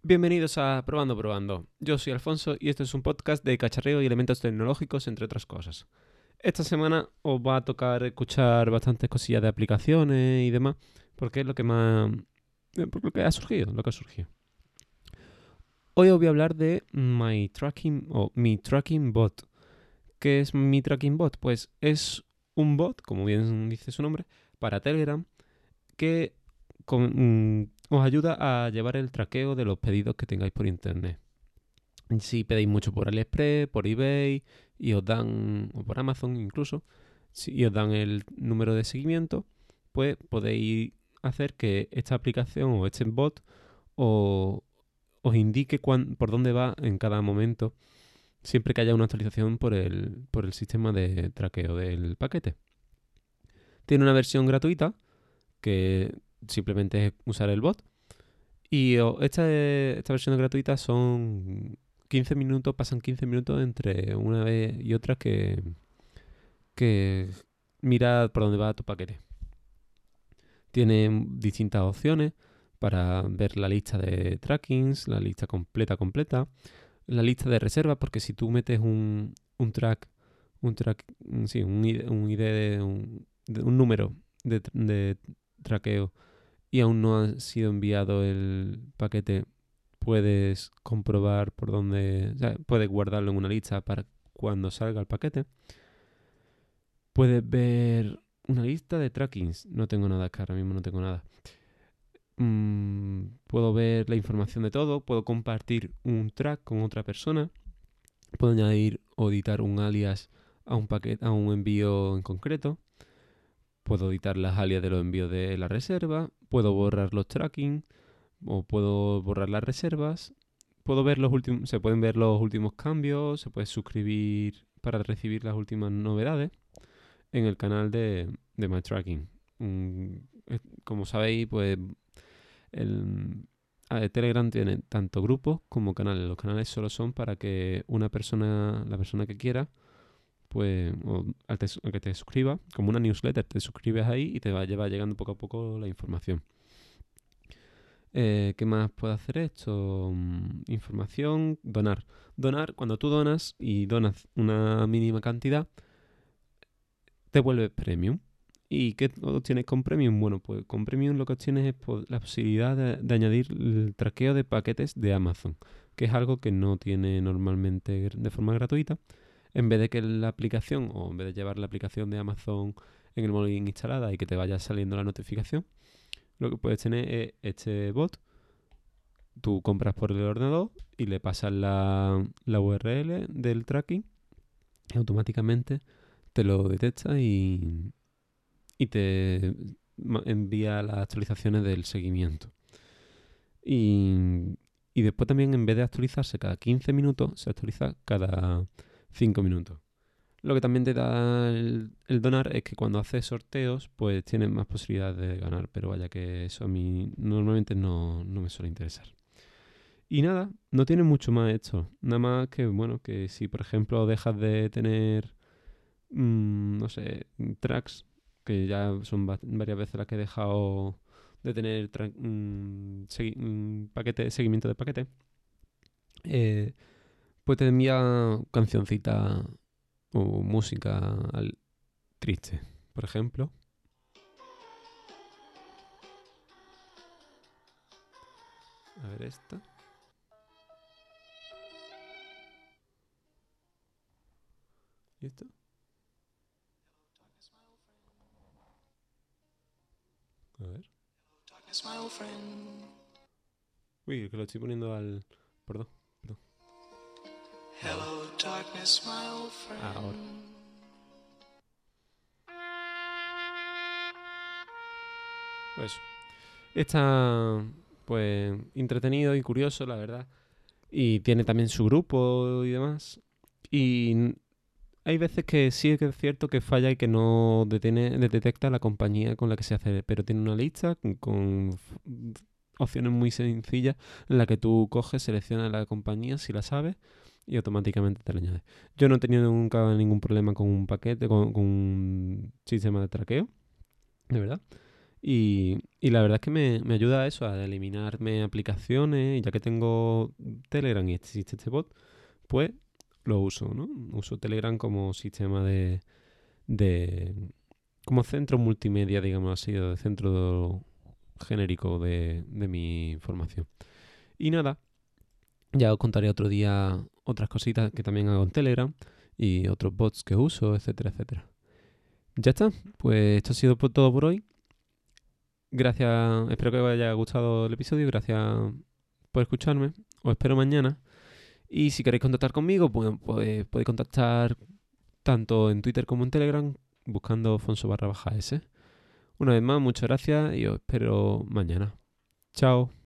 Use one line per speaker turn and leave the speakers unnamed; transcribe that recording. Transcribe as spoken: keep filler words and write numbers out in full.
Bienvenidos a Probando Probando. Yo soy Alfonso y este es un podcast de cacharreo y elementos tecnológicos, entre otras cosas. Esta semana os va a tocar escuchar bastantes cosillas de aplicaciones y demás, porque es lo que más... eh, por lo que ha surgido, lo que ha surgido. Hoy os voy a hablar de My Tracking o Mi Tracking Bot. ¿Qué es Mi Tracking Bot? Pues es un bot, como bien dice su nombre, para Telegram, que con, mm, os ayuda a llevar el traqueo de los pedidos que tengáis por internet. Si pedéis mucho por AliExpress, por eBay y os dan, o por Amazon incluso, si y os dan el número de seguimiento, pues podéis hacer que esta aplicación o este bot o- os indique cuán- por dónde va en cada momento, siempre que haya una actualización por el, por el sistema de traqueo del paquete. Tiene una versión gratuita que simplemente es usar el bot. Y oh, esta, esta versión gratuita son quince minutos, pasan quince minutos entre una vez y otra que, que mira por dónde va tu paquete. Tiene distintas opciones para ver la lista de trackings, la lista completa completa, la lista de reservas, porque si tú metes un, un track, un track, sí, un I D, un, I D de un, de un número de, de traqueo y aún no ha sido enviado el paquete, puedes comprobar por dónde, o sea, puedes guardarlo en una lista para cuando salga el paquete. Puedes ver una lista de trackings. No tengo nada, que ahora mismo no tengo nada. Mm, puedo ver la información de todo. Puedo compartir un track con otra persona. Puedo añadir o editar un alias a un paquete, a un envío en concreto. Puedo editar las alias de los envíos de la reserva. Puedo borrar los tracking o puedo borrar las reservas. Puedo ver los últimos, se pueden ver los últimos cambios, se puede suscribir para recibir las últimas novedades en el canal de, de My Tracking. Mm, eh, como sabéis, pues el, a- Telegram tiene tanto grupos como canales. Los canales solo son para que una persona, la persona que quiera, pues o al, te- al que te suscriba, como una newsletter, te suscribes ahí y te va, lleva llegando poco a poco la información. Eh, ¿Qué más puede hacer esto? Mm, información, donar. Donar, cuando tú donas y donas una mínima cantidad, te vuelves premium. ¿Y qué obtienes con premium? Bueno, pues con premium lo que obtienes es po- la posibilidad de, de añadir el traqueo de paquetes de Amazon, que es algo que no tiene normalmente de forma gratuita. En vez de que la aplicación, o en vez de llevar la aplicación de Amazon en el móvil instalada y que te vaya saliendo la notificación, lo que puedes tener es este bot. Tú compras por el ordenador y le pasas la, la U R L del tracking y automáticamente te lo detecta y, y te ma- envía las actualizaciones del seguimiento. Y, y después también, en vez de actualizarse cada quince minutos, se actualiza cada cinco minutos. Lo que también te da el, el donar es que cuando haces sorteos, pues tienes más posibilidades de ganar. Pero vaya que eso a mí normalmente no, no me suele interesar. Y nada, no tiene mucho más esto. Nada más que, bueno, que si por ejemplo dejas de tener, mm, no sé, tracks, que ya son va- varias veces las que he dejado de tener tra- mm, segui- mm, paquete, seguimiento de paquete, eh, pues te envía cancioncita o música al- triste. Por ejemplo, a ver esta. ¿Y esto? A ver. Uy, que lo estoy poniendo al... Perdón, perdón. Ahora.
Hello, darkness, my old friend.
Ahora. Pues está, pues, entretenido y curioso, la verdad. Y tiene también su grupo y demás. Y n- hay veces que sí que es cierto que falla y que no detiene, detecta la compañía con la que se hace, pero tiene una lista con, con f- opciones muy sencillas en la que tú coges, seleccionas la compañía si la sabes y automáticamente te la añade. Yo no he tenido nunca ningún problema con un paquete, con, con un sistema de traqueo, de verdad. Y, y la verdad es que me, me ayuda a eso, a eliminarme aplicaciones. Y ya que tengo Telegram y existe este bot, pues lo uso, ¿no? Uso Telegram como sistema de... de como centro multimedia, digamos así, o de centro genérico de, de mi información. Y nada, ya os contaré otro día otras cositas que también hago en Telegram y otros bots que uso, etcétera, etcétera. Ya está, pues esto ha sido por todo por hoy. Gracias, espero que os haya gustado el episodio, gracias por escucharme. Os espero mañana. Y si queréis contactar conmigo, pues, pues podéis contactar tanto en Twitter como en Telegram buscando Fonso barra baja S. Una vez más, muchas gracias y os espero mañana. Chao.